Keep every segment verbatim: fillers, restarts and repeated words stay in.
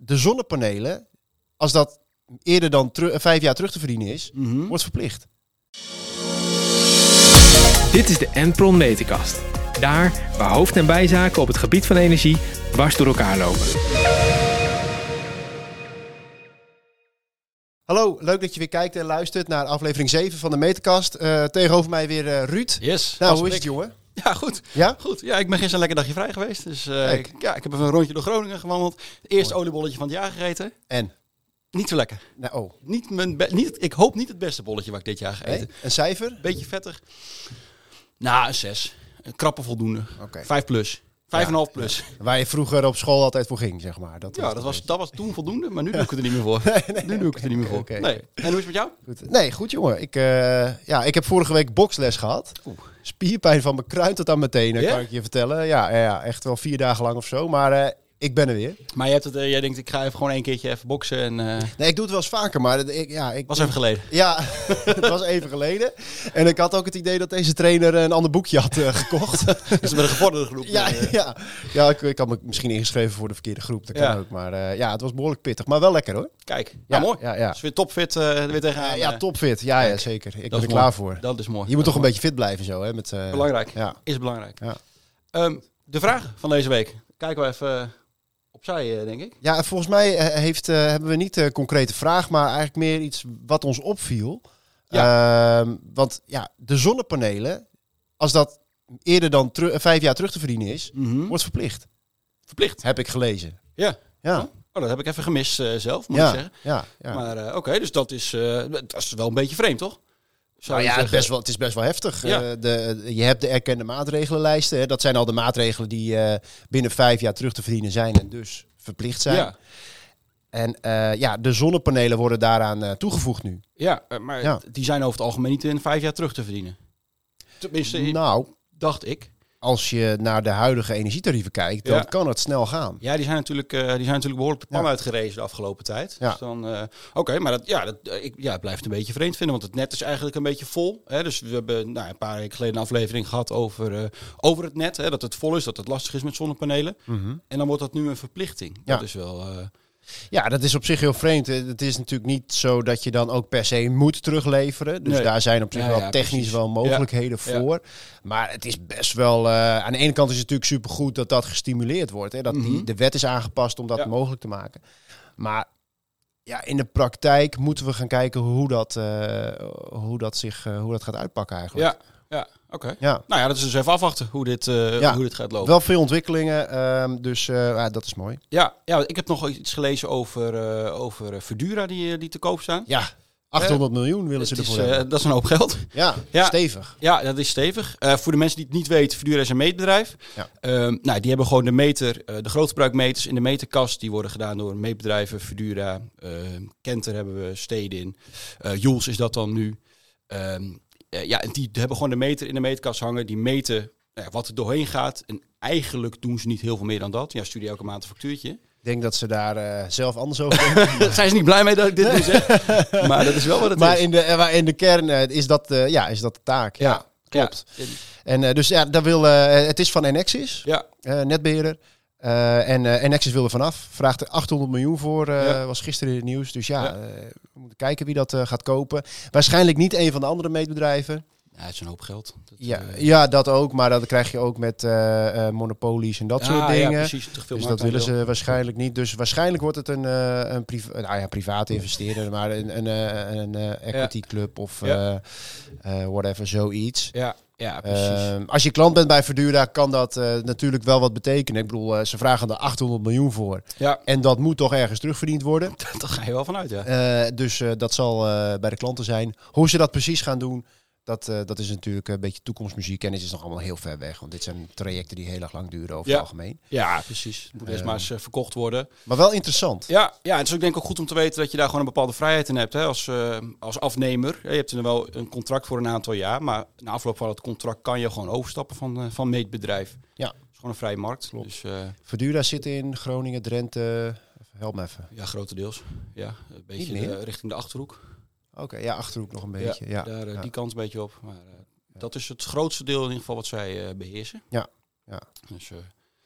de zonnepanelen, als dat eerder dan teru- vijf jaar terug te verdienen is, Mm-hmm. wordt verplicht. Dit is de Enpron Meterkast. Daar waar hoofd- en bijzaken op het gebied van energie dwars door elkaar lopen. Hallo, leuk dat je weer kijkt en luistert naar aflevering zeven van de Meterkast. Uh, tegenover mij weer uh, Ruud. Yes. Nou, hoe is het, jongen? Ja, goed. Ja? Goed. Ja, ik ben gisteren een lekker dagje vrij geweest. Dus uh, ik, ja, ik heb even een rondje door Groningen gewandeld. Het eerste Mooi. oliebolletje van het jaar gegeten. En? Niet zo lekker. Nou, oh. Niet mijn be- niet, ik hoop niet het beste bolletje wat ik dit jaar gegeten. Nee? Een cijfer? Beetje vettig. Nou, een zes. Een krappe voldoende. Oké. Vijf plus. Vijf Ja, en een half plus. Ja. Waar je vroeger op school altijd voor ging, zeg maar. Dat Ja, dat het was, beetje. dat was toen voldoende, maar nu doe ik het er niet meer voor. Nee, nee, nu doe ik het er niet meer voor. oké. Nee. En hoe is het met jou? Goed. Nee, goed jongen. Ik, uh, ja, ik heb vorige week boksles gehad. Oeh. Spierpijn van mijn kruin tot aan mijn tenen, Ja? kan ik je vertellen. Ja, ja, ja, echt wel vier dagen lang of zo. Maar uh, ik ben er weer. Maar je hebt het, uh, jij denkt, ik ga even gewoon één keertje even boksen. En, uh, Nee, ik doe het wel eens vaker, maar ik, ja, ik was even geleden. Ja, het was even geleden. En ik had ook het idee dat deze trainer een ander boekje had uh, gekocht. Dus met een gevorderde groep. ja, uh, ja. ja ik, ik had me misschien ingeschreven voor de verkeerde groep. Dat kan Ja. ook. Maar uh, ja, het was behoorlijk pittig. Maar wel lekker hoor. Kijk, Ja, ja, mooi. Ja, ja. Dus weer topfit uh, weer tegenaan. Uh, ja, uh, topfit. Ja, ja, Kijk, zeker. Ik dat ben is er mooi. klaar voor. Dat is mooi. Je moet dat toch een mooi. beetje fit blijven zo, hè? Met, uh, Belangrijk. Ja. Is belangrijk. Ja. Um, de vragen van deze week. Kijken we even uh, opzij, uh, denk ik. Ja, volgens mij uh, heeft, uh, hebben we niet een concrete vraag, maar eigenlijk meer iets wat ons opviel. Ja. Uh, want ja, de zonnepanelen, als dat eerder dan teru- vijf jaar terug te verdienen is, Mm-hmm. wordt verplicht. Verplicht. Heb ik gelezen. Ja. Ja, Oh, oh, dat heb ik even gemist uh, zelf, moet ja, ik zeggen. ja, ja. Maar uh, oké, okay, dus dat is, uh, dat is wel een beetje vreemd, toch? Zou Nou je ja, het, zeggen? best wel, het is best wel heftig. Ja. Uh, de, je hebt de erkende maatregelenlijsten. Hè. Dat zijn al de maatregelen die uh, binnen vijf jaar terug te verdienen zijn en dus verplicht zijn. Ja, En uh, ja, de zonnepanelen worden daaraan uh, toegevoegd nu. ja uh, maar Ja. die zijn over het algemeen niet in vijf jaar terug te verdienen. Tenminste, Nou, dacht ik. als je naar de huidige energietarieven kijkt, dan Ja. kan het snel gaan. Ja, die zijn natuurlijk, uh, die zijn natuurlijk behoorlijk de pan Ja. uitgerezen de afgelopen tijd. Ja. Dus dan, uh, oké, okay, maar dat, ja, dat, uh, ik ja, het blijft een beetje vreemd vinden, want het net is eigenlijk een beetje vol. Hè? Dus we hebben nou, een paar weken geleden een aflevering gehad over, uh, over het net, hè? Dat het vol is, dat het lastig is met zonnepanelen. Mm-hmm. En dan wordt dat nu een verplichting. Ja. Dat is wel... Uh, Ja, dat is op zich heel vreemd. Het is natuurlijk niet zo dat je dan ook per se moet terugleveren. Dus Nee. daar zijn op zich Ja, wel ja, technisch precies. wel mogelijkheden Ja. voor. Maar het is best wel... Uh, aan de ene kant is het natuurlijk supergoed dat dat gestimuleerd wordt. Hè? Dat die, Mhm. de wet is aangepast om dat Ja. mogelijk te maken. Maar ja, in de praktijk moeten we gaan kijken hoe dat, uh, hoe dat, zich, uh, hoe dat gaat uitpakken eigenlijk. ja, ja oké. Okay. Ja. Nou ja, dat is dus even afwachten hoe dit, uh, Ja. hoe dit gaat lopen. Wel veel ontwikkelingen, um, dus uh, ja, dat is mooi. Ja, ja, ik heb nog iets gelezen over, uh, over Verdura die, die te koop staan. Ja, achthonderd miljoen willen ze Het ervoor is, uh, hebben. dat is een hoop geld. Ja, Ja. stevig. Ja, dat is stevig. Uh, voor de mensen die het niet weten, Verdura is een meetbedrijf. Ja. Um, nou, die hebben gewoon de meter, uh, de grootverbruikmeters in de meterkast. Die worden gedaan door meetbedrijven, Verdura, uh, Kenter hebben we, Stedin. Uh, Joels is dat dan nu. Um, uh, ja, en die hebben gewoon de meter in de meterkast hangen. Die meten uh, wat er doorheen gaat. En eigenlijk doen ze niet heel veel meer dan dat. Ja, stuur je elke maand een factuurtje. Ik denk dat ze daar uh, zelf anders over denken. Daar zijn ze niet blij mee dat ik dit nu zeg. Maar dat is wel wat het maar is. in de, maar in de kern uh, is, dat, uh, ja, is dat de taak. Ja, Ja, klopt. Ja. En uh, dus ja, daar wil, uh, het is van Enexis, Ja. uh, netbeheerder. Uh, en uh, Enexis wil er vanaf. Vraagt er achthonderd miljoen voor, uh, Ja. was gisteren in het nieuws. Dus ja, Ja. uh, we moeten kijken wie dat uh, gaat kopen. Waarschijnlijk niet een van de andere meetbedrijven. Ja, het is een hoop geld. Dat, Ja, uh, ja, dat ook. Maar dat krijg je ook met uh, uh, monopolies en dat soort ja, dingen. Ja, precies. Te veel Dus dat willen marktaandeel. ze waarschijnlijk niet. Dus waarschijnlijk wordt het een, uh, een priva- nou ja, private investeerder, maar een, een, uh, een uh, equity club of Ja. uh, uh, whatever, zoiets. Ja, ja, precies. Uh, als je klant bent bij Verdura, kan dat uh, natuurlijk wel wat betekenen. Ik bedoel, uh, ze vragen er achthonderd miljoen voor. ja, En dat moet toch ergens terugverdiend worden. daar ga je wel vanuit, ja. Uh, dus uh, dat zal uh, bij de klanten zijn. Hoe ze dat precies gaan doen, dat, uh, dat is natuurlijk een beetje toekomstmuziek. En het is nog allemaal heel ver weg. Want dit zijn trajecten die heel erg lang duren over Ja. het algemeen. Ja, precies. Het moet eerst Uh, maar eens uh, verkocht worden. Maar wel interessant. Ja, ja, het is ook denk ik ook goed om te weten dat je daar gewoon een bepaalde vrijheid in hebt hè, als, uh, als afnemer. Ja, je hebt er wel een contract voor een aantal jaar, maar na afloop van het contract kan je gewoon overstappen van, uh, van meetbedrijf. Ja. Het is gewoon een vrije markt. Klopt. Dus uh, Verdura zit in Groningen, Drenthe. Help me even. ja, grotendeels. Ja, een beetje Niet meer? de, richting de Achterhoek. Oké, okay, ja, Achterhoek nog een beetje. Ja, Ja, daar, uh, ja. die kant een beetje op. Maar uh, dat is het grootste deel in ieder geval wat zij uh, beheersen. Ja, ja. Dus, uh,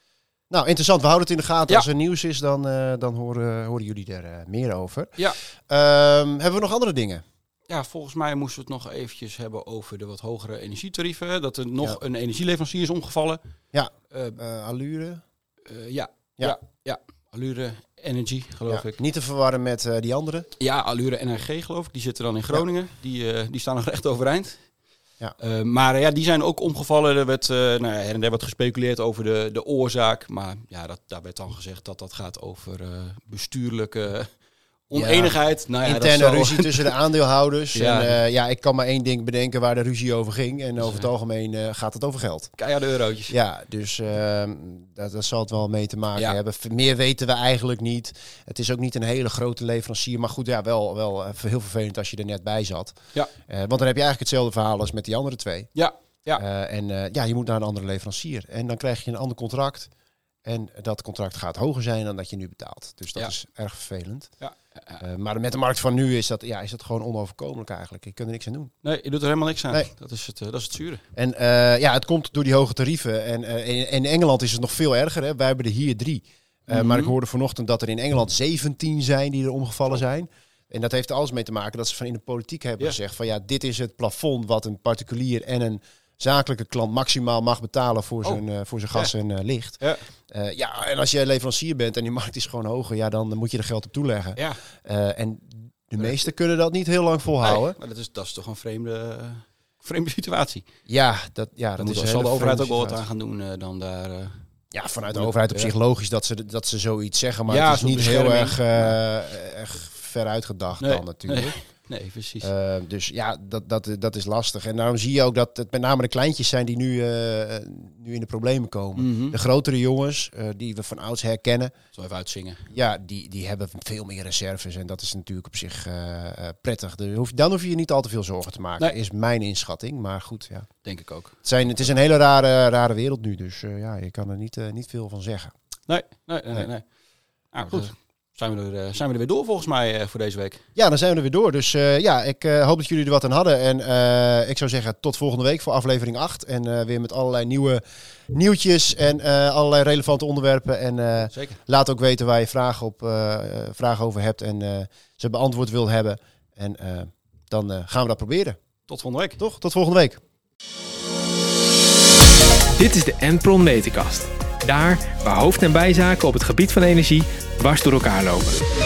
Nou, interessant. We houden het in de gaten. Ja. Als er nieuws is, dan, uh, dan horen, horen jullie er uh, meer over. Ja. Um, hebben we nog andere dingen? Ja, volgens mij moesten we het nog eventjes hebben over de wat hogere energietarieven. Dat er nog ja. een energieleverancier is omgevallen. Ja, uh, uh, Allure. Uh, ja. Ja. ja, ja, Allure Energy, geloof ja. ik. Niet te verwarren met uh, die andere. Ja, Allure N R G, geloof ik. Die zitten dan in Groningen. Ja. Die, uh, die staan nog recht overeind. Ja. Uh, maar uh, ja, die zijn ook omgevallen. Er werd uh, nou ja, her en der wat gespeculeerd over de, de oorzaak. Maar ja, dat, daar werd dan gezegd dat dat gaat over uh, bestuurlijke oneenigheid. Ja, nou ja, interne dat ruzie tussen de aandeelhouders. Ja. En, uh, ja, ik kan maar één ding bedenken waar de ruzie over ging. En over het algemeen uh, gaat het over geld. Keiharde eurotjes. Ja, dus uh, dat, dat zal het wel mee te maken ja. hebben. Meer weten we eigenlijk niet. Het is ook niet een hele grote leverancier. Maar goed, ja, wel, wel heel vervelend als je er net bij zat. Ja. Uh, want dan heb je eigenlijk hetzelfde verhaal als met die andere twee. Ja. Ja. Uh, en uh, ja, je moet naar een andere leverancier. En dan krijg je een ander contract. En dat contract gaat hoger zijn dan dat je nu betaalt. Dus dat ja. is erg vervelend. Ja. Ja. Uh, maar met de markt van nu is dat, ja, is dat gewoon onoverkomelijk eigenlijk. Je kunt er niks aan doen. Nee, je doet er helemaal niks aan. Nee. Dat is het, uh, dat is het zure. En uh, ja, het komt door die hoge tarieven. En uh, in, in Engeland is het nog veel erger. Hè? Wij hebben er hier drie. Uh, mm-hmm. Maar ik hoorde vanochtend dat er in Engeland zeventien zijn die er omgevallen zijn. En dat heeft er alles mee te maken dat ze van in de politiek hebben ja. gezegd van ja, dit is het plafond wat een particulier en een zakelijke klant maximaal mag betalen voor zijn, oh. uh, voor zijn gas ja. en uh, licht. Ja. Uh, ja, en als je leverancier bent en die markt is gewoon hoger, ja, dan moet je er geld op toeleggen. Ja. Uh, en de meesten kunnen dat niet heel lang volhouden. Nee, maar dat is, dat is toch een vreemde, uh, vreemde situatie. Ja, dat, ja, dat dat moet, is zal de overheid ook wel situatie. wat aan gaan doen uh, dan daar. Uh, ja, vanuit de overheid op ja. zich logisch dat ze, dat ze zoiets zeggen, maar ja, het is niet heel erg, uh, ja. erg ver uitgedacht nee, dan natuurlijk. Nee. Nee, precies. Uh, dus ja, dat, dat, dat is lastig. En daarom zie je ook dat het met name de kleintjes zijn die nu, uh, nu in de problemen komen. Mm-hmm. De grotere jongens, uh, die we van ouds herkennen. Zo even uitzingen. Ja, die, die hebben veel meer reserves. En dat is natuurlijk op zich uh, uh, prettig. Dan hoef, dan hoef je je niet al te veel zorgen te maken. Nee. Is mijn inschatting. Maar goed, ja. Denk ik ook. Het, zijn, het is een hele rare, rare wereld nu. Dus uh, ja, je kan er niet, uh, niet veel van zeggen. Nee, nee, nee. nee, nee. Nou, goed. Uh, Zijn we, er, zijn we er weer door volgens mij uh, voor deze week. Ja, dan zijn we er weer door. Dus uh, ja, ik uh, hoop dat jullie er wat aan hadden. En uh, ik zou zeggen tot volgende week voor aflevering acht. En uh, weer met allerlei nieuwe nieuwtjes en uh, allerlei relevante onderwerpen. En uh, Zeker. Laat ook weten waar je vragen, op, uh, vragen over hebt en uh, ze beantwoord wilt hebben. En uh, dan uh, gaan we dat proberen. Tot volgende week. Toch? Tot volgende week. Dit is de Enpron Meterkast. Daar waar hoofd- en bijzaken op het gebied van energie dwars door elkaar lopen.